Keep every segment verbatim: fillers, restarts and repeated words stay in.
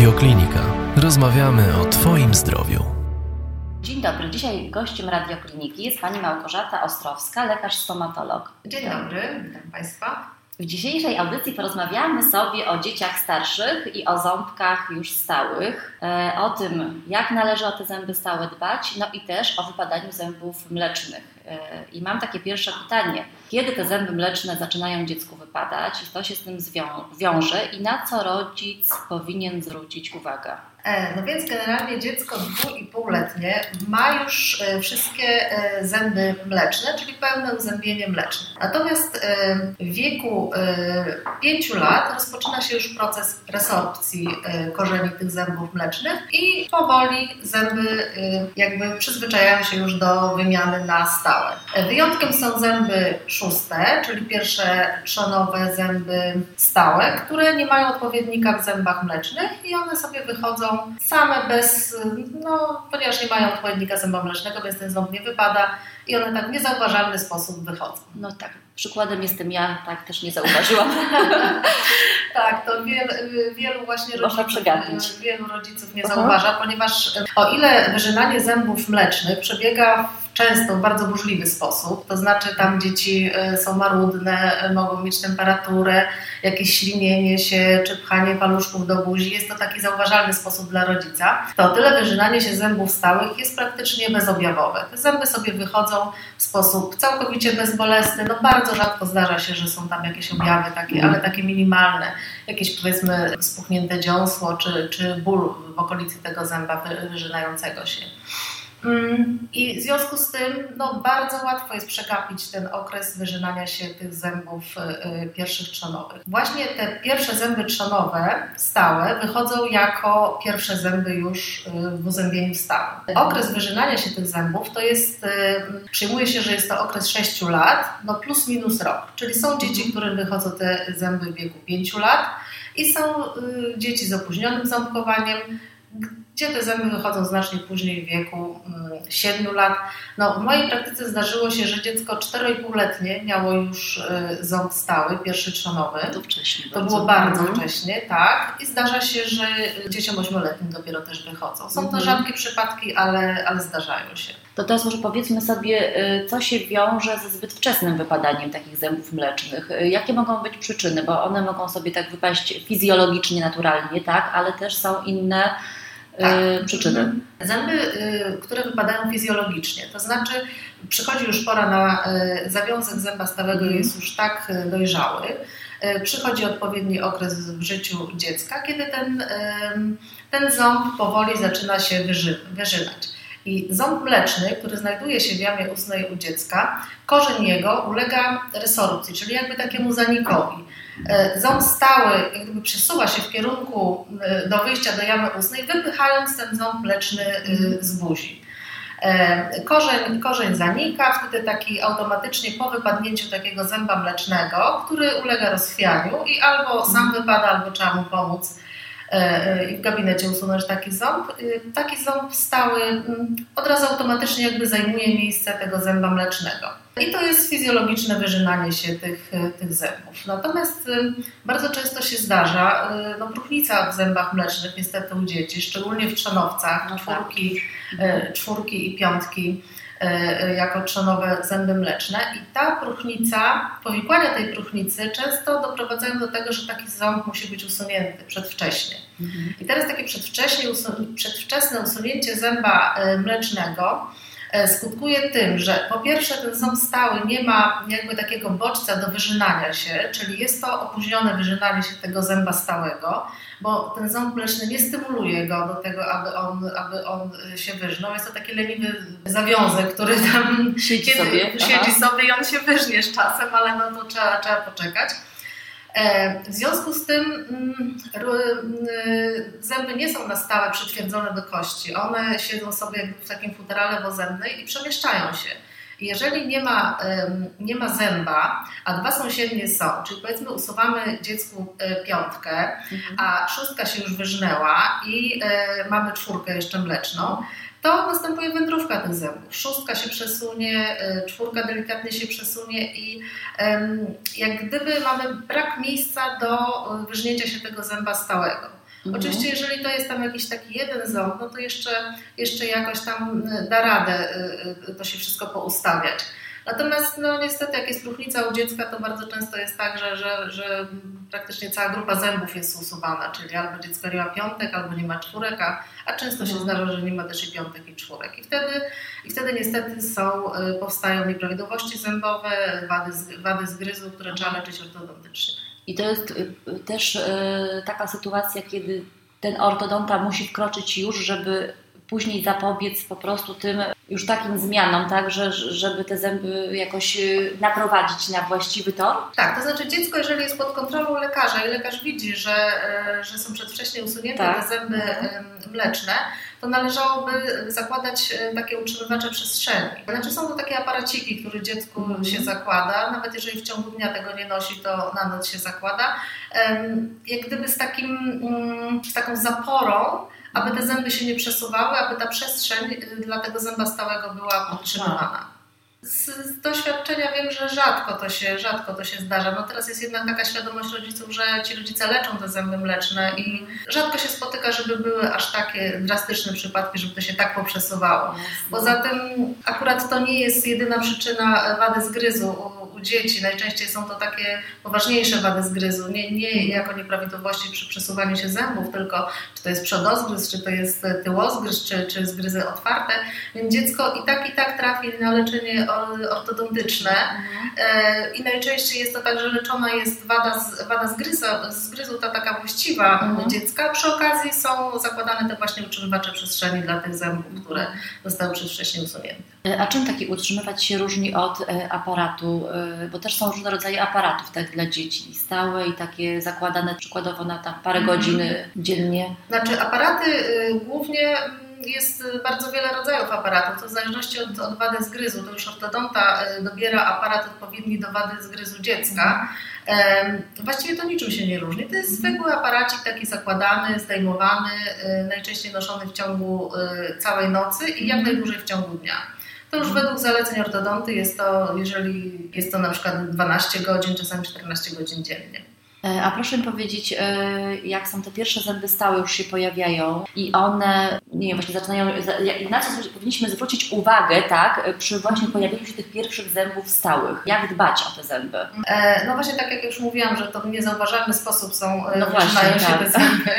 Radioklinika. Rozmawiamy o Twoim zdrowiu. Dzień dobry. Dzisiaj gościem Radiokliniki jest pani Małgorzata Ostrowska, lekarz-stomatolog. Dzień dobry, witam Państwa. W dzisiejszej audycji porozmawiamy sobie o dzieciach starszych i o ząbkach już stałych, o tym, jak należy o te zęby stałe dbać, no i też o wypadaniu zębów mlecznych. I mam takie pierwsze pytanie. Kiedy te zęby mleczne zaczynają dziecku wypadać i to się z tym zwią- wiąże i na co rodzic powinien zwrócić uwagę? No więc generalnie dziecko dwuipółletnie ma już wszystkie zęby mleczne, czyli pełne uzębienie mleczne. Natomiast w wieku pięciu lat rozpoczyna się już proces resorpcji korzeni tych zębów mlecznych i powoli zęby jakby przyzwyczajają się już do wymiany na stałe. Wyjątkiem są zęby szóste, czyli pierwsze trzonowe zęby stałe, które nie mają odpowiednika w zębach mlecznych i one sobie wychodzą same bez, no ponieważ nie mają odpowiednika zęba mlecznego, więc ten ząb nie wypada i one tak w niezauważalny sposób wychodzą. No tak, przykładem jestem ja, tak też nie zauważyłam. Tak, to wielu, wielu właśnie rodziców, wielu rodziców nie zauważa, Aha. ponieważ o ile wyrzynanie zębów mlecznych przebiega często w bardzo burzliwy sposób, to znaczy tam dzieci są marudne, mogą mieć temperaturę, jakieś ślinienie się czy pchanie paluszków do buzi, jest to taki zauważalny sposób dla rodzica, to o tyle wyrzynanie się zębów stałych jest praktycznie bezobjawowe. Te zęby sobie wychodzą w sposób całkowicie bezbolesny, no bardzo rzadko zdarza się, że są tam jakieś objawy takie, ale takie minimalne, jakieś powiedzmy spuchnięte dziąsło czy, czy ból w okolicy tego zęba wyrzynającego się. I w związku z tym no, bardzo łatwo jest przekapić ten okres wyrzynania się tych zębów y, pierwszych trzonowych. Właśnie te pierwsze zęby trzonowe stałe wychodzą jako pierwsze zęby już y, w uzębieniu stałym. Okres wyrzynania się tych zębów to jest, y, przyjmuje się, że jest to okres sześciu lat, no plus minus rok. Czyli są dzieci, którym wychodzą te zęby w wieku pięciu lat i są y, dzieci z opóźnionym ząbkowaniem, gdzie te zęby wychodzą znacznie później w wieku siedmiu lat. No, w mojej praktyce zdarzyło się, że dziecko czteroipółletnie miało już ząb stały, pierwszy trzonowy. To wcześnie. To było bardzo mhm. wcześnie, tak. I zdarza się, że dzieciom ośmioletnim dopiero też wychodzą. Są to mhm. rzadkie przypadki, ale, ale zdarzają się. To teraz może powiedzmy sobie, co się wiąże ze zbyt wczesnym wypadaniem takich zębów mlecznych. Jakie mogą być przyczyny? Bo one mogą sobie tak wypaść fizjologicznie, naturalnie, tak, ale też są inne Tak. przyczyny. Zęby, które wypadają fizjologicznie, to znaczy przychodzi już pora na zawiązek zęba stałego, jest już tak dojrzały, przychodzi odpowiedni okres w życiu dziecka, kiedy ten, ten ząb powoli zaczyna się wyży, wyżynać. I ząb mleczny, który znajduje się w jamie ustnej u dziecka, korzeń jego ulega resorpcji, czyli jakby takiemu zanikowi. Ząb stały jak gdyby przesuwa się w kierunku do wyjścia do jamy ustnej, wypychając ten ząb mleczny z buzi. Korzeń, korzeń zanika, wtedy taki automatycznie po wypadnięciu takiego zęba mlecznego, który ulega rozchwianiu i albo sam wypada, albo trzeba mu pomóc i w gabinecie usunąć taki ząb. Taki ząb stały od razu automatycznie jakby zajmuje miejsce tego zęba mlecznego. I to jest fizjologiczne wyrzynanie się tych, tych zębów. Natomiast bardzo często się zdarza no, próchnica w zębach mlecznych niestety u dzieci, szczególnie w trzonowcach, czwórki, czwórki i piątki jako trzonowe zęby mleczne i ta próchnica, powikłania tej próchnicy często doprowadzają do tego, że taki ząb musi być usunięty przedwcześnie. Mhm. I teraz takie przedwcześnie, przedwczesne usunięcie zęba mlecznego skutkuje tym, że po pierwsze ten ząb stały nie ma jakby takiego bodźca do wyrzynania się, czyli jest to opóźnione wyrzynanie się tego zęba stałego, bo ten ząb mleczny nie stymuluje go do tego, aby on, aby on się wyżnął. Jest to taki leniwy zawiązek, który tam siedzi, kiedy, sobie. siedzi sobie i on się wyżnie z czasem, ale no to trzeba, trzeba poczekać. W związku z tym zęby nie są na stałe przytwierdzone do kości. One siedzą sobie jakby w takim futerale wozębnej i przemieszczają się. I jeżeli nie ma, nie ma zęba, a dwa sąsiednie są, czyli powiedzmy usuwamy dziecku piątkę, mhm. a szóstka się już wyżnęła i mamy czwórkę jeszcze mleczną, to następuje wędrówka tych zębów. Szóstka się przesunie, czwórka delikatnie się przesunie i jak gdyby mamy brak miejsca do wyżnięcia się tego zęba stałego. Mhm. Oczywiście jeżeli to jest tam jakiś taki jeden ząb, no to jeszcze, jeszcze jakoś tam da radę to się wszystko poustawiać. Natomiast no niestety jak jest próchnica u dziecka, to bardzo często jest tak, że, że, że praktycznie cała grupa zębów jest usuwana, czyli albo dziecko nie ma piątek, albo nie ma czwórek, a, a często się zdarza, że nie ma też i piątek i czwórek. I wtedy, i wtedy niestety są, powstają nieprawidłowości zębowe, wady, wady zgryzu, które trzeba leczyć ortodontycznie. I to jest też y, taka sytuacja, kiedy ten ortodonta musi wkroczyć już, żeby później zapobiec po prostu tym już takim zmianom, tak, że, żeby te zęby jakoś naprowadzić na właściwy tor? Tak, to znaczy dziecko, jeżeli jest pod kontrolą lekarza i lekarz widzi, że, że są przedwcześnie usunięte tak. te zęby mleczne, to należałoby zakładać takie utrzymywacze przestrzeni. Znaczy są to takie aparaciki, które dziecku mm. się zakłada, nawet jeżeli w ciągu dnia tego nie nosi, to na noc się zakłada. Jak gdyby z, takim, z taką zaporą, aby te zęby się nie przesuwały, aby ta przestrzeń dla tego zęba stałego była podtrzymywana. Z doświadczenia wiem, że rzadko to się, rzadko to się zdarza. No teraz jest jednak taka świadomość rodziców, że ci rodzice leczą te zęby mleczne i rzadko się spotyka, żeby były aż takie drastyczne przypadki, żeby to się tak poprzesuwało. Poza tym akurat to nie jest jedyna przyczyna wady zgryzu u, u dzieci. Najczęściej są to takie poważniejsze wady zgryzu, nie, nie jako nieprawidłowości przy przesuwaniu się zębów, tylko czy to jest przodozgryz, czy to jest tyłozgryz, czy, czy zgryzy otwarte. Więc dziecko i tak i tak trafi na leczenie ortodontyczne mhm. i najczęściej jest to tak, że leczona jest wada, z, wada zgryzu, zgryzu, ta taka właściwa mhm. dziecka. Przy okazji są zakładane te właśnie utrzymywacze przestrzeni dla tych zębów, które zostały przedwcześnie usunięte. A czym taki utrzymywacz się różni od aparatu? Bo też są różne rodzaje aparatów tak, dla dzieci. Stałe i takie zakładane przykładowo na tam parę mhm. godzin dziennie. Znaczy aparaty głównie jest bardzo wiele rodzajów aparatów, to w zależności od, od wady zgryzu. To już ortodonta dobiera aparat odpowiedni do wady zgryzu dziecka. Właściwie to niczym się nie różni. To jest zwykły aparacik taki zakładany, zdejmowany, najczęściej noszony w ciągu całej nocy i jak najdłużej w ciągu dnia. To już według zaleceń ortodonty jest to, jeżeli jest to na przykład dwanaście godzin, czasami czternaście godzin dziennie. A proszę mi powiedzieć, jak są te pierwsze zęby stałe już się pojawiają i one, nie wiem, właśnie zaczynają, na co powinniśmy zwrócić uwagę, tak, przy właśnie pojawieniu się tych pierwszych zębów stałych? Jak dbać o te zęby? No właśnie tak jak już mówiłam, że to w niezauważalny sposób są, no właśnie, się tak. te zęby.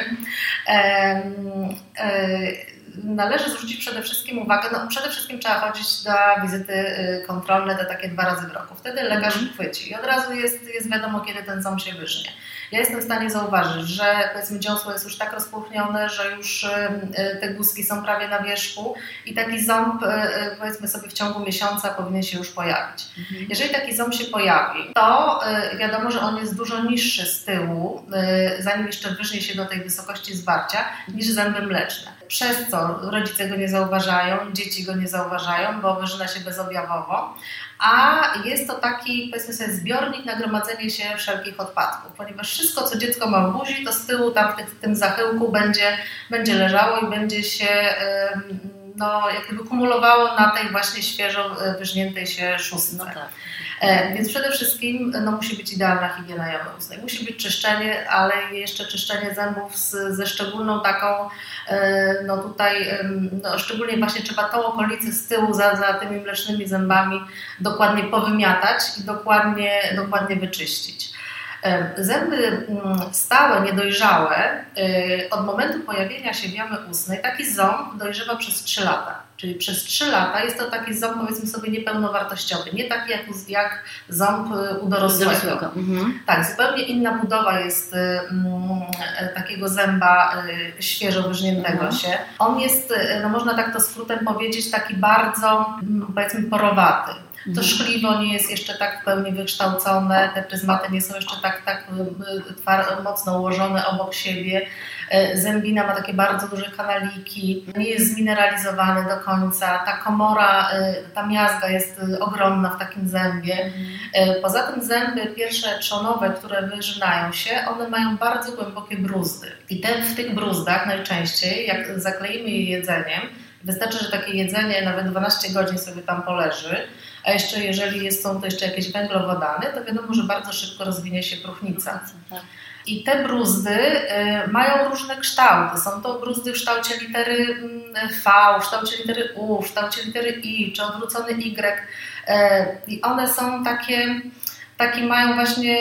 Należy zwrócić przede wszystkim uwagę, no przede wszystkim trzeba chodzić na wizyty kontrolne, te takie dwa razy w roku. Wtedy lekarz mm. chwyci i od razu jest, jest wiadomo, kiedy ten ząb się wyżnie. Ja jestem w stanie zauważyć, że powiedzmy dziąsło jest już tak rozpuchnione, że już te guzki są prawie na wierzchu i taki ząb powiedzmy sobie w ciągu miesiąca powinien się już pojawić. Mhm. Jeżeli taki ząb się pojawi, to wiadomo, że on jest dużo niższy z tyłu, zanim jeszcze wyżnie się do tej wysokości zwarcia, niż zęby mleczne. Przez co rodzice go nie zauważają, dzieci go nie zauważają, bo wyżyna się bezobjawowo. A jest to taki, powiedzmy sobie, zbiornik na gromadzenie się wszelkich odpadków, ponieważ wszystko, co dziecko ma w buzi, to z tyłu tam w tym zachyłku będzie, będzie leżało i będzie się no, jak gdyby kumulowało na tej właśnie świeżo wyżniętej się szóstce. No tak. E, więc przede wszystkim no, musi być idealna higiena jamy ustnej. Musi być czyszczenie, ale jeszcze czyszczenie zębów z, ze szczególną taką, e, no tutaj e, no, szczególnie właśnie trzeba tą okolicę z tyłu za, za tymi mlecznymi zębami dokładnie powymiatać i dokładnie, dokładnie wyczyścić. Zęby stałe, niedojrzałe, od momentu pojawienia się w jamie ustnej taki ząb dojrzewa przez trzy lata. Czyli przez trzy lata jest to taki ząb, powiedzmy sobie, niepełnowartościowy. Nie taki jak, jak ząb u dorosłego. Mhm. Tak, zupełnie inna budowa jest um, takiego zęba y, świeżo wyżniętego mhm. się. On jest, no można tak to skrótem powiedzieć, taki bardzo, powiedzmy, porowaty. To szkliwo nie jest jeszcze tak w pełni wykształcone, te pryzmaty nie są jeszcze tak, tak twar- mocno ułożone obok siebie. Zębina ma takie bardzo duże kanaliki, nie jest zmineralizowany do końca. Ta komora, ta miazga jest ogromna w takim zębie. Poza tym zęby pierwsze trzonowe, które wyżynają się, one mają bardzo głębokie bruzdy. I te, w tych bruzdach najczęściej, jak zakleimy je jedzeniem, wystarczy, że takie jedzenie nawet dwanaście godzin sobie tam poleży, a jeszcze jeżeli jest, są to jeszcze jakieś węglowodany, to wiadomo, że bardzo szybko rozwinie się próchnica. I te bruzdy y, mają różne kształty. Są to bruzdy w kształcie litery V, w kształcie litery U, w kształcie litery I, czy odwrócony Y. Y, I one są takie, takie mają właśnie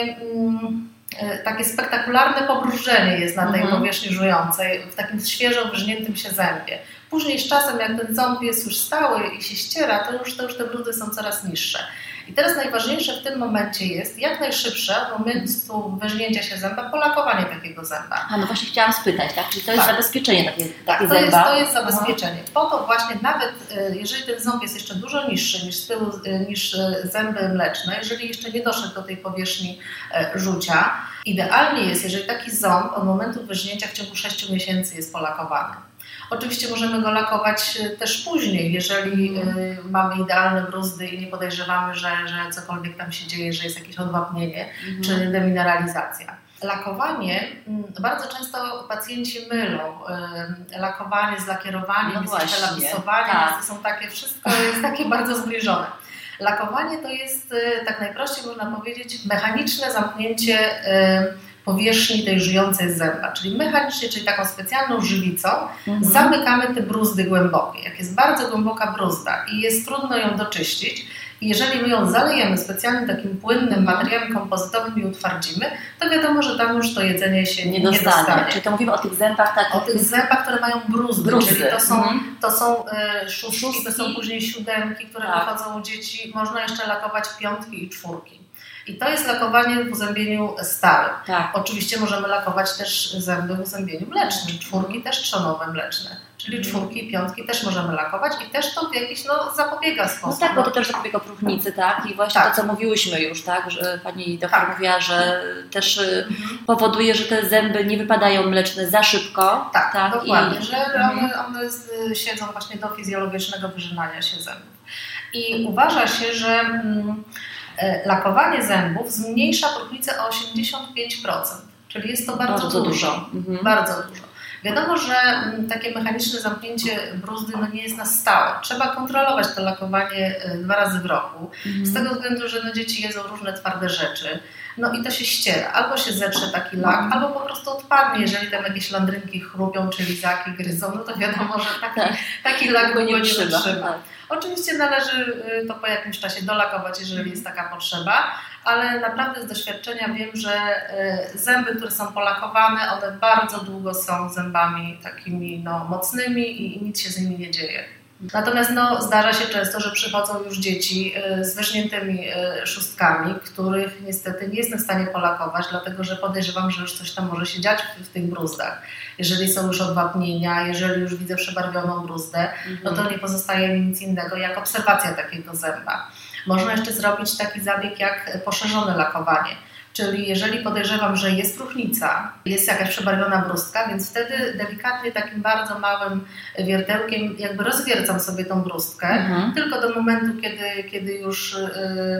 y, takie spektakularne pobrużenie jest na tej mhm. powierzchni żującej, w takim świeżo wyżniętym się zębie. Później z czasem, jak ten ząb jest już stały i się ściera, to już, to już te bruzdy są coraz niższe. I teraz najważniejsze w tym momencie jest jak najszybsze w momentu wyżnięcia się zęba polakowanie takiego zęba. A no właśnie chciałam spytać, tak? Czyli to jest tak. zabezpieczenie takie, tak, takie to zęba? Jest, to jest zabezpieczenie. Aha. Po to właśnie nawet jeżeli ten ząb jest jeszcze dużo niższy niż z tyłu, niż zęby mleczne, jeżeli jeszcze nie doszedł do tej powierzchni rzucia, idealnie jest, jeżeli taki ząb od momentu wyżnięcia w ciągu sześciu miesięcy jest polakowany. Oczywiście możemy go lakować też później, jeżeli y, mamy idealne bruzdy i nie podejrzewamy, że, że cokolwiek tam się dzieje, że jest jakieś odwapnienie mm. czy demineralizacja. Lakowanie, y, bardzo często pacjenci mylą y, lakowanie z lakierowaniem, no z lapisowaniem, tak. są takie, wszystko jest takie bardzo zbliżone. Lakowanie to jest, y, tak najprościej można powiedzieć, mechaniczne zamknięcie y, powierzchni tej żyjącej zęba, czyli mechanicznie, czyli taką specjalną żywicą mhm. zamykamy te bruzdy głębokie. Jak jest bardzo głęboka bruzda i jest trudno ją doczyścić, i jeżeli my ją zalejemy specjalnym takim płynnym materiałem kompozytowym i utwardzimy, to wiadomo, że tam już to jedzenie się nie, nie dostanie. dostanie. Czyli to mówimy o tych zębach takich... O tych zębach, które mają bruzdy, bruzdy. czyli to są, mhm. to są e, szóstki, szóstki, to są później siódemki, które tak. wychodzą u dzieci. Można jeszcze lakować piątki i czwórki. I to jest lakowanie w uzębieniu stałym. Tak. Oczywiście możemy lakować też zęby w uzębieniu mlecznym. Czwórki też trzonowe mleczne. Czyli czwórki i piątki też możemy lakować i też to w jakiś no, zapobiega sposób. No tak, bo to też zapobiega próchnicy, tak? I właśnie tak. to, co mówiłyśmy już, tak? Że pani doktor tak. mówiła, że też mhm. powoduje, że te zęby nie wypadają mleczne za szybko. Tak, tak? dokładnie, I... że one, one siedzą właśnie do fizjologicznego wyżynania się zębów. I uważa się, że mm, lakowanie zębów zmniejsza próchnicę o osiemdziesiąt pięć procent, czyli jest to bardzo, bardzo dużo. dużo. Mhm. Bardzo dużo. Wiadomo, że takie mechaniczne zamknięcie bruzdy no nie jest na stałe. Trzeba kontrolować to lakowanie dwa razy w roku, mhm. z tego względu, że no dzieci jedzą różne twarde rzeczy. No i to się ściera. Albo się zetrze taki lak, mhm. albo po prostu odpadnie. Jeżeli tam jakieś landrynki chrupią, czy lizaki gryzą, no to wiadomo, że taki, tak. taki lak go nie utrzyma. Tak. Oczywiście należy to po jakimś czasie dolakować, jeżeli jest taka potrzeba, ale naprawdę z doświadczenia wiem, że zęby, które są polakowane, one bardzo długo są zębami takimi no, mocnymi i nic się z nimi nie dzieje. Natomiast no, zdarza się często, że przychodzą już dzieci z wyżniętymi szóstkami, których niestety nie jestem w stanie polakować, dlatego że podejrzewam, że już coś tam może się dziać w, w tych bruzdach. Jeżeli są już odwapnienia, jeżeli już widzę przebarwioną bruzdę, mhm. no to nie pozostaje mi nic innego jak obserwacja takiego zęba. Można jeszcze zrobić taki zabieg jak poszerzone lakowanie. Czyli jeżeli podejrzewam, że jest próchnica, jest jakaś przebarwiona bruzka, więc wtedy delikatnie takim bardzo małym wiertełkiem jakby rozwiercam sobie tą bruzkę, mhm. tylko do momentu, kiedy, kiedy już y,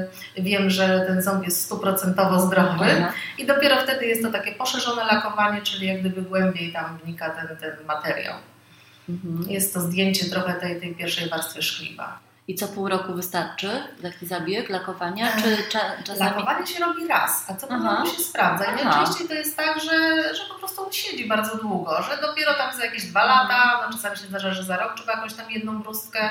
wiem, że ten ząb jest stuprocentowo zdrowy mhm. i dopiero wtedy jest to takie poszerzone lakowanie, czyli jak gdyby głębiej tam wnika ten, ten materiał. Mhm. Jest to zdjęcie trochę tej, tej pierwszej warstwy szkliwa. I co pół roku wystarczy taki zabieg lakowania? Czy cza- czasami... Lakowanie się robi raz, a co pół roku się sprawdza. I najczęściej to jest tak, że, że po prostu on siedzi bardzo długo, że dopiero tam za jakieś dwa lata, no czasami się zdarza, że za rok trzeba jakąś tam jedną bruzkę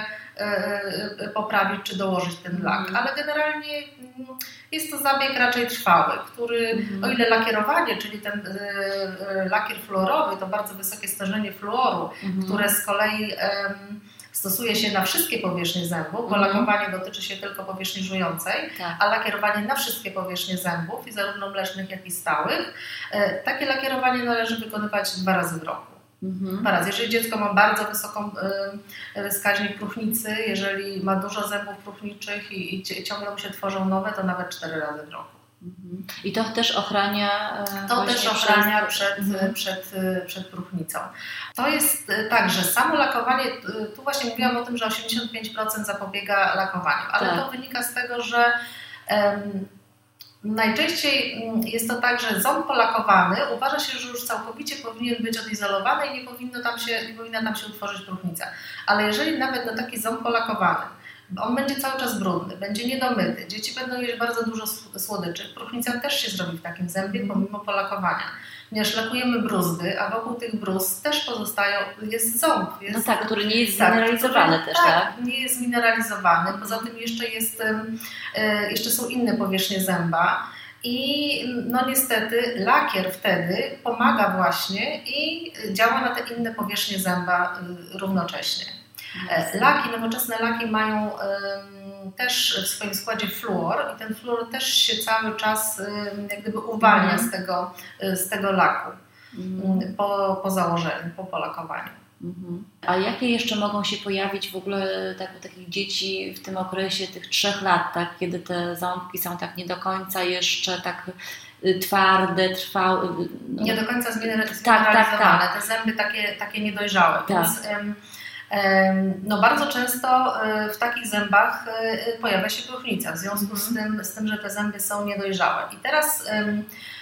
yy, poprawić czy dołożyć ten lak. Ale generalnie yy, jest to zabieg raczej trwały, który mm. o ile lakierowanie, czyli ten yy, lakier fluorowy, to bardzo wysokie stężenie fluoru, mm. które z kolei yy, stosuje się na wszystkie powierzchnie zębów, bo mm. lakowanie dotyczy się tylko powierzchni żującej, tak. a lakierowanie na wszystkie powierzchnie zębów, i zarówno mlecznych, jak i stałych. E, takie lakierowanie należy wykonywać dwa razy w roku. Mm-hmm. Dwa razy. Jeżeli dziecko ma bardzo wysoką e, wskaźnik próchnicy, jeżeli ma dużo zębów próchniczych i, i ciągle mu się tworzą nowe, to nawet cztery razy w roku. I to też ochrania To też ochrania przed, przed, przed, przed próchnicą. To jest tak, że samo lakowanie, tu właśnie mówiłam o tym, że osiemdziesiąt pięć procent zapobiega lakowaniu, ale tak. to wynika z tego, że um, najczęściej jest to tak, że ząb polakowany uważa się, że już całkowicie powinien być odizolowany i nie powinno tam się, nie powinna tam się utworzyć próchnica. Ale jeżeli nawet na taki ząb polakowany on będzie cały czas brudny, będzie niedomyty, dzieci będą jeść bardzo dużo słodyczy, próchnica też się zrobi w takim zębie pomimo polakowania. Ponieważ lakujemy bruzdy, a wokół tych bruzd też pozostają, jest ząb. Jest, no tak, który nie jest tak, zmineralizowany który, też, tak? tak? nie jest zmineralizowany. Poza tym jeszcze, jest, jeszcze są inne powierzchnie zęba. I no niestety lakier wtedy pomaga właśnie i działa na te inne powierzchnie zęba równocześnie. Laki, nowoczesne laki mają um, też w swoim składzie fluor i ten fluor też się cały czas um, jak gdyby uwalnia mm. z, tego, z tego laku mm. po, po założeniu, po polakowaniu. Mhm. A jakie jeszcze mogą się pojawić w ogóle tak, u takich dzieci w tym okresie tych trzech lat, tak, kiedy te ząbki są tak nie do końca jeszcze tak twarde, trwałe? No. Nie do końca zmineralizowane, tak, tak, tak. te zęby takie, takie niedojrzałe. Tak. Więc um, um, no bardzo często um, w takich zębach um, pojawia się próchnica, w związku mhm. z, tym, z tym, że te zęby są niedojrzałe. I teraz um,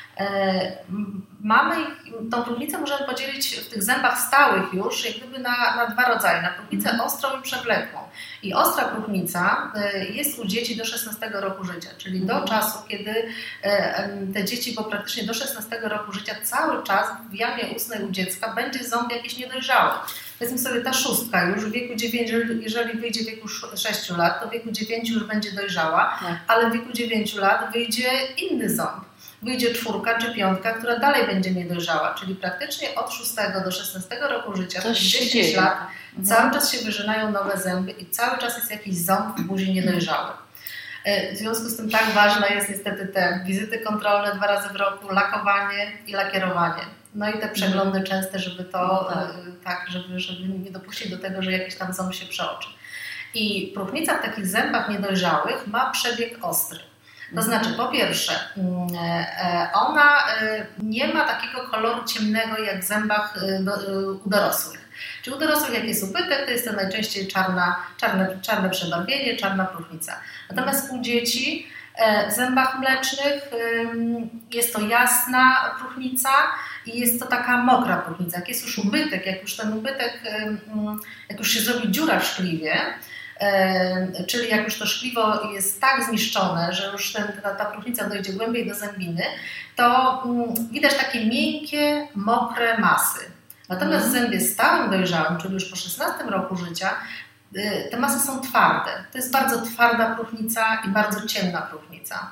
mamy tą próchnicę możemy podzielić w tych zębach stałych już jak gdyby na, na dwa rodzaje, na próchnicę ostrą i przewlekłą. I ostra próchnica jest u dzieci do szesnastego roku życia, czyli do czasu, kiedy te dzieci, bo praktycznie do szesnastego roku życia cały czas w jamie ustnej u dziecka będzie ząb jakiś niedojrzały. Powiedzmy sobie ta szóstka już w wieku dziewięciu, jeżeli wyjdzie w wieku sześciu lat, to w wieku dziewięciu już będzie dojrzała, tak. ale w wieku dziewięciu lat wyjdzie inny ząb. Wyjdzie czwórka czy piątka, która dalej będzie niedojrzała, czyli praktycznie od szóstego do szesnastego roku życia, przez dziesięć lat, mhm. cały czas się wyżynają nowe zęby i cały czas jest jakiś ząb w buzi niedojrzały. W związku z tym tak ważne jest niestety te wizyty kontrolne dwa razy w roku, lakowanie i lakierowanie. No i te przeglądy mhm. częste, żeby to, no tak, tak żeby, żeby nie dopuścić do tego, że jakiś tam ząb się przeoczy. I próchnica w takich zębach niedojrzałych ma przebieg ostry. To znaczy, po pierwsze, ona nie ma takiego koloru ciemnego jak w zębach u dorosłych. Czyli u dorosłych jak jest ubytek, to jest to najczęściej czarna, czarne, czarne przebarwienie, czarna próchnica. Natomiast u dzieci w zębach mlecznych jest to jasna próchnica i jest to taka mokra próchnica. Jak jest już ubytek, jak już ten ubytek, jak już się zrobi dziura w szkliwie, czyli jak już to szkliwo jest tak zniszczone, że już ten, ta, ta próchnica dojdzie głębiej do zębiny, to widać takie miękkie, mokre masy. Natomiast w zębie stałym dojrzałym, czyli już po szesnastym roku życia, te masy są twarde. To jest bardzo twarda próchnica i bardzo ciemna próchnica.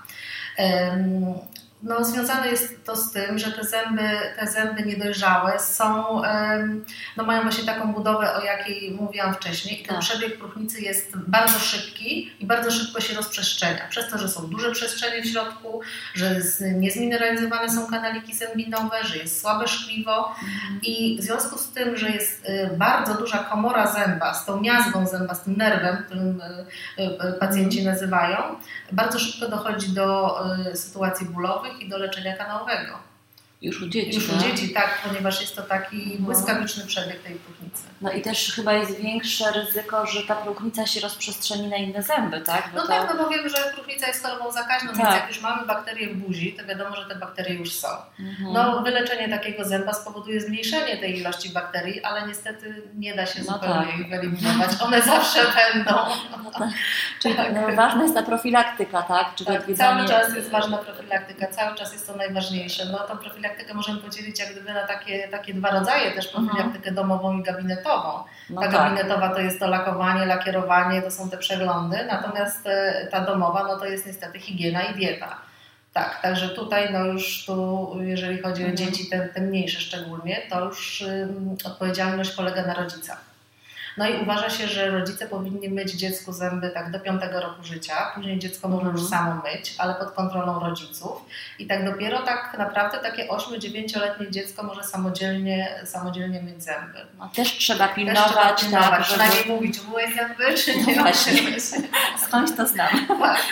No, związane jest to z tym, że te zęby, te zęby niedojrzałe są, no, mają właśnie taką budowę, o jakiej mówiłam wcześniej i ten tak. przebieg próchnicy jest bardzo szybki i bardzo szybko się rozprzestrzenia. Przez to, że są duże przestrzenie w środku, że niezmineralizowane są kanaliki zębinowe, że jest słabe szkliwo mhm. i w związku z tym, że jest bardzo duża komora zęba z tą miazgą zęba, z tym nerwem, którym pacjenci nazywają, bardzo szybko dochodzi do sytuacji bólowych i do leczenia kanałowego. Już u dzieci, Już tak? u dzieci, tak, ponieważ jest to taki błyskawiczny przebieg tej próchnicy. No i też chyba jest większe ryzyko, że ta próchnica się rozprzestrzeni na inne zęby, tak? Bo no to... tak, no bo wiem, że próchnica jest chorobą zakaźną, tak. więc jak już mamy bakterie w buzi, to wiadomo, że te bakterie już są. Mhm. No wyleczenie takiego zęba spowoduje zmniejszenie tej ilości bakterii, ale niestety nie da się no zupełnie tak. ich wyeliminować. One zawsze będą. No tak. Czyli tak. no, ważna jest ta profilaktyka, tak? Czyli tak odwiedzanie... Cały czas jest ważna profilaktyka, cały czas jest to najważniejsze. No tą profilaktykę możemy podzielić jak gdyby na takie, takie dwa rodzaje, też profilaktykę mhm. domową i gabinetową. No ta tak. gabinetowa to jest to lakowanie, lakierowanie, to są te przeglądy, natomiast ta domowa no to jest niestety higiena i dieta. Tak, także tutaj no już tu, jeżeli chodzi mhm. o dzieci, te, te mniejsze szczególnie, to już um, odpowiedzialność polega na rodzicach. No i uważa się, że rodzice powinni myć dziecku zęby tak do piątego roku życia, później dziecko może już samo myć, ale pod kontrolą rodziców i tak dopiero tak naprawdę takie osiem-dziewięcioletnie dziecko może samodzielnie, samodzielnie myć zęby. No też trzeba pilnować, też trzeba pilnować tak, żeby... przynajmniej mówić, umyłeś zęby, czy nie? No właśnie, skądś to znam. Tak.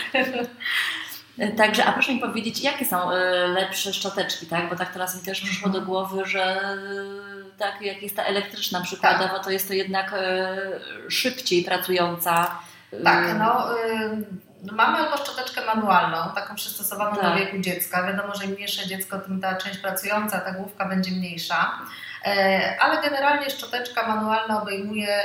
Także, a proszę mi powiedzieć, jakie są lepsze szczoteczki, tak? Bo tak teraz mi też przyszło do głowy, że tak, jak jest ta elektryczna przykładowo, tak. to jest to jednak szybciej pracująca. Tak, no mamy albo szczoteczkę manualną, taką przystosowaną tak. do wieku dziecka. Wiadomo, że im mniejsze dziecko, tym ta część pracująca, ta główka będzie mniejsza. Ale generalnie szczoteczka manualna obejmuje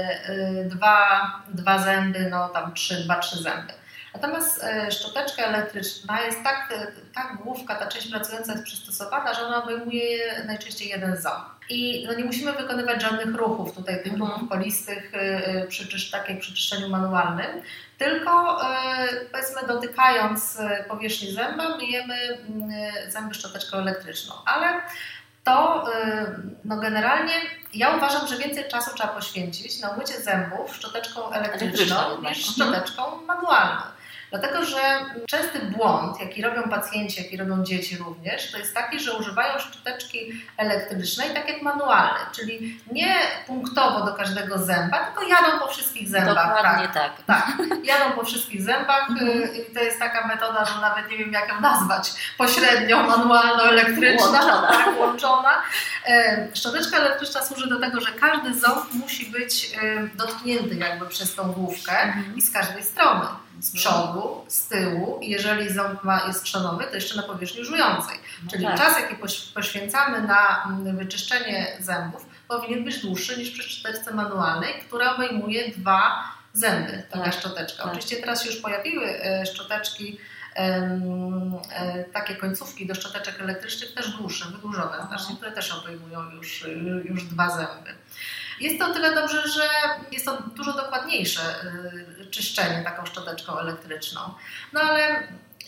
dwa, dwa zęby, no tam trzy, dwa, trzy zęby. Natomiast szczoteczka elektryczna jest tak, tak główka, ta część pracująca jest przystosowana, że ona obejmuje najczęściej jeden ząb. I no nie musimy wykonywać żadnych ruchów, tutaj tych Mhm. ruchów kolistych, przy, tak jak przy czyszczeniu manualnym, tylko powiedzmy dotykając powierzchni zęba myjemy zęby szczoteczką elektryczną. Ale to no generalnie ja uważam, że więcej czasu trzeba poświęcić na umycie zębów szczoteczką elektryczną niż szczoteczką manualną. Dlatego, że częsty błąd, jaki robią pacjenci, jaki robią dzieci również, to jest taki, że używają szczoteczki elektrycznej tak jak manualne, czyli nie punktowo do każdego zęba, tylko jadą po wszystkich zębach. Dokładnie tak. Tak, tak. Jadą po wszystkich zębach i to jest taka metoda, że nawet nie wiem jak ją nazwać, pośrednio manualno-elektryczna, łączona. Tak, łączona. Szczoteczka elektryczna służy do tego, że każdy ząb musi być dotknięty jakby przez tą główkę Mhm. i z każdej strony. Z przodu, z tyłu i jeżeli ząb ma, jest trzonowy, to jeszcze na powierzchni żującej. No Czyli tak. czas, jaki poś- poświęcamy na wyczyszczenie zębów, powinien być dłuższy niż przy szczoteczce manualnej, która obejmuje dwa zęby, taka Tak, szczoteczka. tak. Oczywiście teraz się już pojawiły e, szczoteczki, em, e, takie końcówki do szczoteczek elektrycznych, też dłuższe, wydłużone znacznie, które też obejmują już, już dwa zęby. Jest to o tyle dobrze, że jest to dużo dokładniejsze y, czyszczenie taką szczoteczką elektryczną. No ale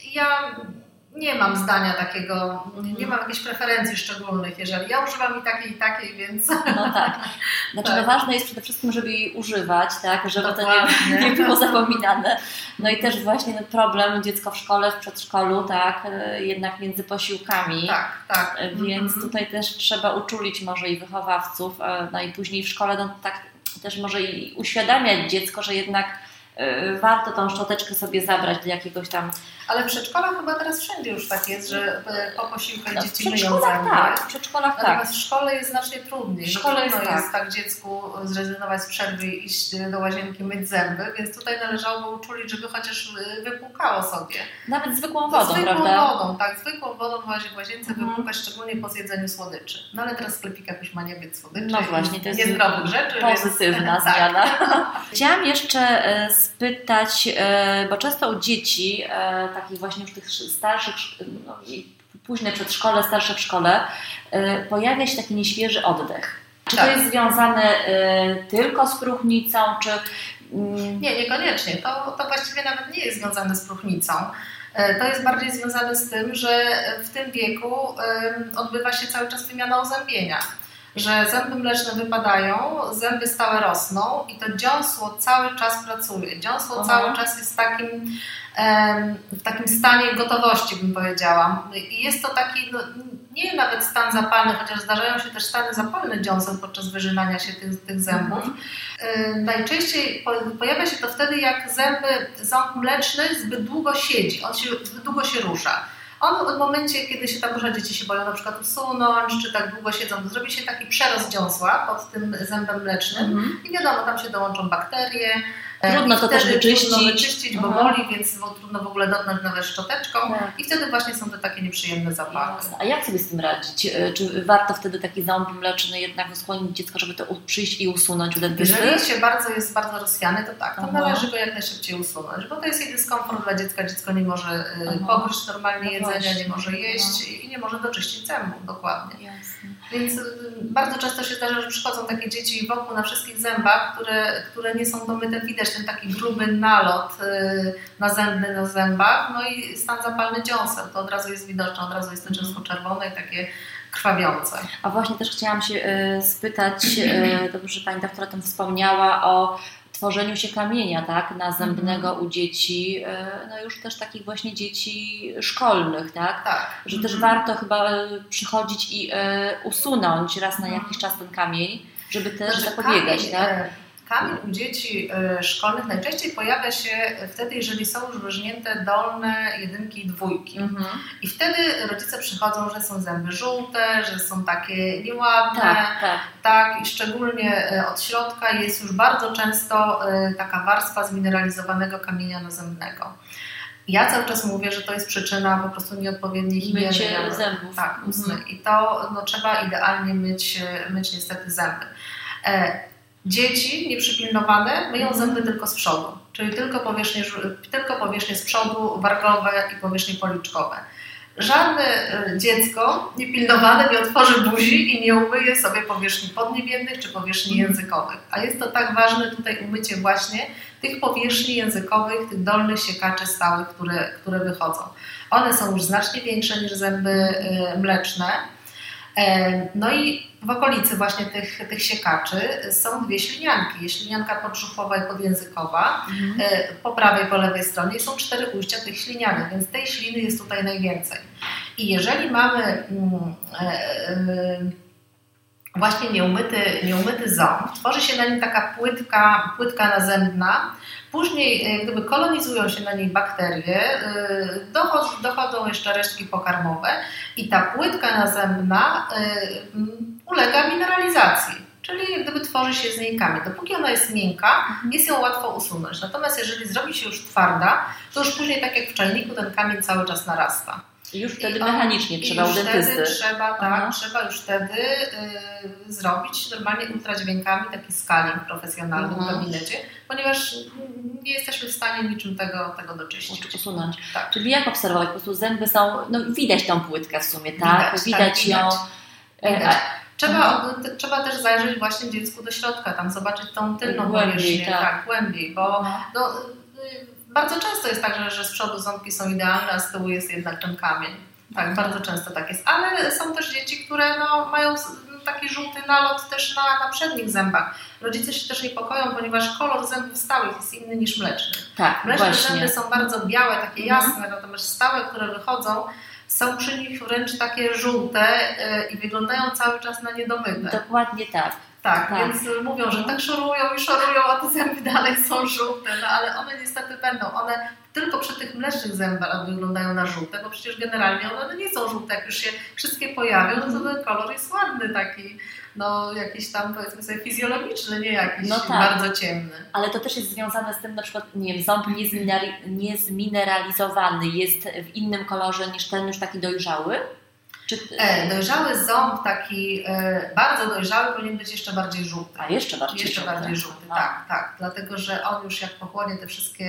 ja nie mam zdania takiego, nie mam jakichś preferencji szczególnych, jeżeli ja używam i takiej, i takiej, więc... No tak. Znaczy, Tak. no ważne jest przede wszystkim, żeby jej używać, tak, żeby to Dokładnie. nie, nie było zapominane. No i też właśnie ten problem dziecko w szkole, w przedszkolu, tak, y, jednak między posiłkami. Tak, tak. Więc Mhm. tutaj też trzeba uczulić może i wychowawców, e, no i później w szkole no tak też może i uświadamiać dziecko, że jednak e, warto tą szczoteczkę sobie zabrać do jakiegoś tam... Ale w przedszkolach chyba teraz wszędzie już tak jest, że po posiłkach No, w dzieci myją przedszkolach zęby. tak, w przedszkolach tak. Natomiast w szkole jest znacznie trudniej. W szkole Trudno jest jest tak. tak dziecku zrezygnować z przerwy i iść do łazienki myć zęby, więc tutaj należałoby uczulić, żeby chociaż wypłukało sobie. Nawet zwykłą wodą, zwykłą prawda? wodą, tak, zwykłą wodą w łazie- w łazience Mhm. wypłukać, szczególnie po zjedzeniu słodyczy. No ale teraz w sklepikach już ma nie być słodyczy. No właśnie, to jest niezdrowych rzeczy. Pozytywna więc, zmiana. Tak. Chciałam jeszcze e, spytać, e, bo często u dzieci, e, takich właśnie już tych starszych, no, i późne przedszkole, starsze w szkole, e, pojawia się taki nieświeży oddech. Czy Tak. to jest związane e, tylko z próchnicą, czy... Mm, Nie, niekoniecznie. To, to właściwie nawet nie jest związane z próchnicą. E, To jest bardziej związane z tym, że w tym wieku em, odbywa się cały czas wymiana uzębienia. Że zęby mleczne wypadają, zęby stałe rosną i to dziąsło cały czas pracuje. Dziąsło Aha. cały czas jest w takim, em, w takim stanie gotowości, bym powiedziała. I jest to taki, no, nie nawet stan zapalny, chociaż zdarzają się też stany zapalne dziąseł podczas wyrzynania się tych, tych zębów. Y, Najczęściej po- pojawia się to wtedy, jak zęby, ząb mleczny zbyt długo siedzi, on się, zbyt długo się rusza. On w momencie, kiedy się ta burza dzieci się boją na przykład usunąć, czy tak długo siedzą, to zrobi się taki przerost dziąsła pod tym zębem mlecznym mhm. i wiadomo, tam się dołączą bakterie. Trudno i to wtedy też wyczyścić. Trudno wyczyścić, bo Aha. boli, więc bo trudno w ogóle dotknąć nawet szczoteczką Tak. i wtedy właśnie są to takie nieprzyjemne zapachy. Jasne. A jak sobie z tym radzić? E, Czy warto wtedy taki ząb mleczny jednak skłonić dziecko, żeby to u- przyjść i usunąć u dentysty? Jeżeli się bardzo jest bardzo rozsiany, to tak, to Aha. należy go jak najszybciej usunąć, bo to jest jej dyskomfort dla dziecka. Dziecko nie może y, Aha. pogryźć normalnie No jedzenia, właśnie. nie może jeść i nie może doczyścić zębów dokładnie. Jasne. Więc y, bardzo często się zdarza, że przychodzą takie dzieci wokół na wszystkich zębach, które, które nie są domyte, widać ten taki gruby nalot y, nazębny na zębach, no i stan zapalny dziąseł, to od razu jest widoczne, od razu jest to często czerwone i takie krwawiące. A właśnie też chciałam się e, spytać, e, dobrze, że Pani doktor o tym wspomniała, o tworzeniu się kamienia, tak, nazębnego u dzieci, e, no już też takich właśnie dzieci szkolnych, tak? Tak. Że też Mhm. warto chyba e, przychodzić i e, usunąć raz na jakiś czas ten kamień, żeby też Znaczy, zapobiegać, kamień, tak? e, Kamień u dzieci e, szkolnych najczęściej pojawia się wtedy, jeżeli są już wyżnięte dolne jedynki i dwójki. Mhm. I wtedy rodzice przychodzą, że są zęby żółte, że są takie nieładne. Tak, tak. Tak, i szczególnie e, od środka jest już bardzo często e, taka warstwa zmineralizowanego kamienia nazębnego. Ja cały czas mówię, że to jest przyczyna po prostu nieodpowiedniej higieny Mycie zębów. Tak, ustnej. Mhm. I to no, trzeba idealnie myć, myć niestety zęby. E, dzieci nieprzypilnowane myją mhm. zęby tylko z przodu, czyli tylko powierzchnie, tylko powierzchnie z przodu, wargowe i powierzchnie policzkowe. Żadne dziecko niepilnowane nie otworzy buzi i nie umyje sobie powierzchni podniebiennych czy powierzchni językowych. A jest to tak ważne tutaj umycie właśnie tych powierzchni językowych, tych dolnych siekaczy stałych, które, które wychodzą. One są już znacznie większe niż zęby mleczne. No i w okolicy właśnie tych, tych siekaczy są dwie ślinianki. Jest ślinianka podbrzuchowa i podjęzykowa. Mhm. Po prawej i po lewej stronie są cztery ujścia tych ślinianek, więc tej śliny jest tutaj najwięcej. I jeżeli mamy mm, e, e, właśnie nieumyty, nieumyty ząb, tworzy się na nim taka płytka, płytka nazębna. Później gdyby kolonizują się na niej bakterie, dochodzą, dochodzą jeszcze resztki pokarmowe i ta płytka nazębna ulega mineralizacji, czyli gdyby tworzy się z niej kamień. Dopóki ona jest miękka, jest ją łatwo usunąć. Natomiast jeżeli zrobi się już twarda, to już później tak jak w czajniku ten kamień cały czas narasta. I już wtedy I on, mechanicznie trzeba u dentysty. Trzeba, tak, trzeba już wtedy y, zrobić normalnie ultradźwiękami taki scaling profesjonalny mhm. w gabinecie, ponieważ nie jesteśmy w stanie niczym tego, tego doczyścić. Usunąć. Tak. Czyli jak obserwować? Po prostu zęby są, no widać tą płytkę w sumie, tak? Widać, widać tak, ją. Widać. Widać. Trzeba, t, trzeba też zajrzeć właśnie dziecku do środka, tam zobaczyć tą tylną powierzchnię, tak. tak, głębiej, bo no, y, bardzo często jest tak, że, że z przodu ząbki są idealne, a z tyłu jest jednak ten kamień. Tak, bardzo często tak jest. Ale są też dzieci, które no, mają taki żółty nalot też na, na przednich zębach. Rodzice się też niepokoją, ponieważ kolor zębów stałych jest inny niż mlecznych. Tak, mleczne właśnie. zęby są bardzo białe, takie jasne, mhm. natomiast stałe, które wychodzą, są przy nich wręcz takie żółte yy, i wyglądają cały czas na niedomyte. Dokładnie tak. Tak, tak, więc mówią, że tak szorują i szorują, a te zęby dalej są żółte, no ale one niestety będą. One tylko przy tych mlecznych zębach wyglądają na żółte, bo przecież generalnie one nie są żółte. Jak już się wszystkie pojawią, no to ten kolor jest ładny taki, no jakiś tam powiedzmy sobie fizjologiczny, nie jakiś no tak. bardzo ciemny. Ale to też jest związane z tym, na przykład, nie wiem, ząb niezmineralizowany jest w innym kolorze niż ten już taki dojrzały? Czy... E, dojrzały ząb, taki e, bardzo dojrzały, powinien być jeszcze bardziej żółty. A jeszcze bardziej jeszcze żółty. bardziej żółty, tak, tak. Dlatego, że on już jak pochłonie te wszystkie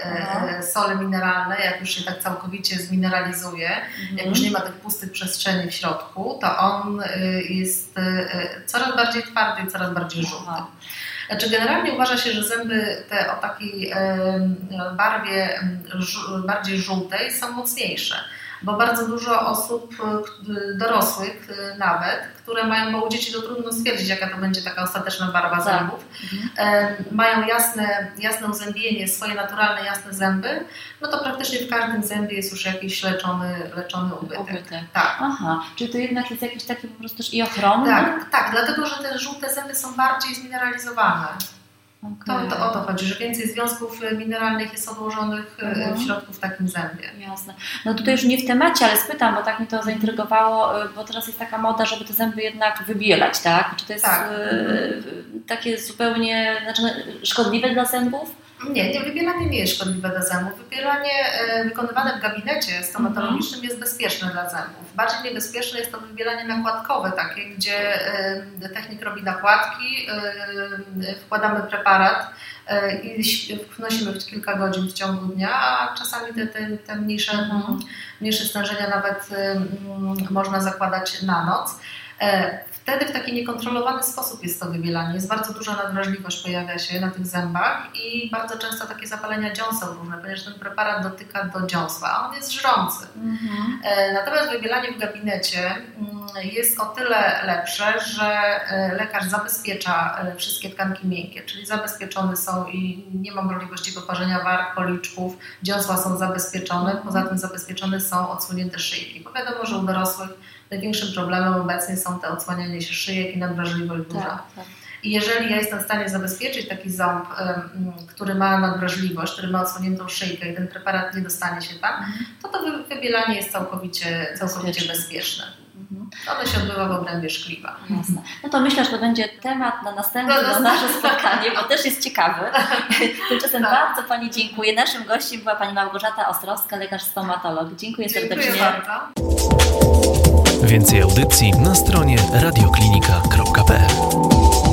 e, sole mineralne, jak już się tak całkowicie zmineralizuje, mhm. jak już nie ma tych pustych przestrzeni w środku, to on e, jest e, coraz bardziej twardy i coraz bardziej żółty. Aha. Znaczy generalnie uważa się, że zęby te o takiej e, barwie ż, bardziej żółtej są mocniejsze. Bo bardzo dużo osób dorosłych nawet, które mają, bo u dzieci to trudno stwierdzić, jaka to będzie taka ostateczna barwa tak. zębów, mhm. mają jasne, jasne uzębienie, swoje naturalne, jasne zęby, no to praktycznie w każdym zębie jest już jakiś leczony, leczony ubytek. ubytek. Tak. Aha, czyli to jednak jest jakiś taki po prostu też i ochronny? Tak, tak, dlatego, że te żółte zęby są bardziej zmineralizowane. Okay. To, to o to chodzi, że więcej związków mineralnych jest odłożonych mhm. w środku w takim zębie. Jasne. No tutaj już nie w temacie, ale spytam, bo tak mi to zaintrygowało, bo teraz jest taka moda, żeby te zęby jednak wybielać, tak? Czy to jest tak. y, takie zupełnie znaczy, szkodliwe dla zębów? Nie, nie, wybielanie nie jest szkodliwe dla zębów. Wybielanie e, wykonywane w gabinecie stomatologicznym jest bezpieczne dla zębów. Bardziej niebezpieczne jest to wybielanie nakładkowe takie, gdzie e, technik robi nakładki, e, wkładamy preparat e, i wnosimy w kilka godzin w ciągu dnia, a czasami te, te, te mniejsze, mhm. mniejsze stężenia nawet e, można zakładać na noc. E, Wtedy w taki niekontrolowany sposób jest to wybielanie. Jest bardzo duża nadwrażliwość pojawia się na tych zębach i bardzo często takie zapalenia dziąseł różne, ponieważ ten preparat dotyka do dziąsła, a on jest żrący. Mm-hmm. Natomiast wybielanie w gabinecie jest o tyle lepsze, że lekarz zabezpiecza wszystkie tkanki miękkie, czyli zabezpieczone są i nie ma możliwości poparzenia warg, policzków, dziąsła są zabezpieczone, poza tym zabezpieczone są odsłonięte szyjki, bo wiadomo, że u dorosłych największym problemem obecnie są te odsłanianie się szyjek i nadwrażliwość duża. Tak, tak. I jeżeli ja jestem w stanie zabezpieczyć taki ząb, um, który ma nadwrażliwość, który ma odsłoniętą szyjkę i ten preparat nie dostanie się tam, mhm. to to wybielanie jest całkowicie, całkowicie bezpieczne. Mhm. Ono się odbywa w obrębie szkliwa. Jasne. No to myślę, że to będzie temat na następne no, nasze spotkanie, bo też jest ciekawy. Tymczasem tak. bardzo Pani dziękuję. Naszym gościem była Pani Małgorzata Ostrowska, lekarz stomatolog. Dziękuję, Dziękuję serdecznie. bardzo. Więcej audycji na stronie radioklinika kropka p l.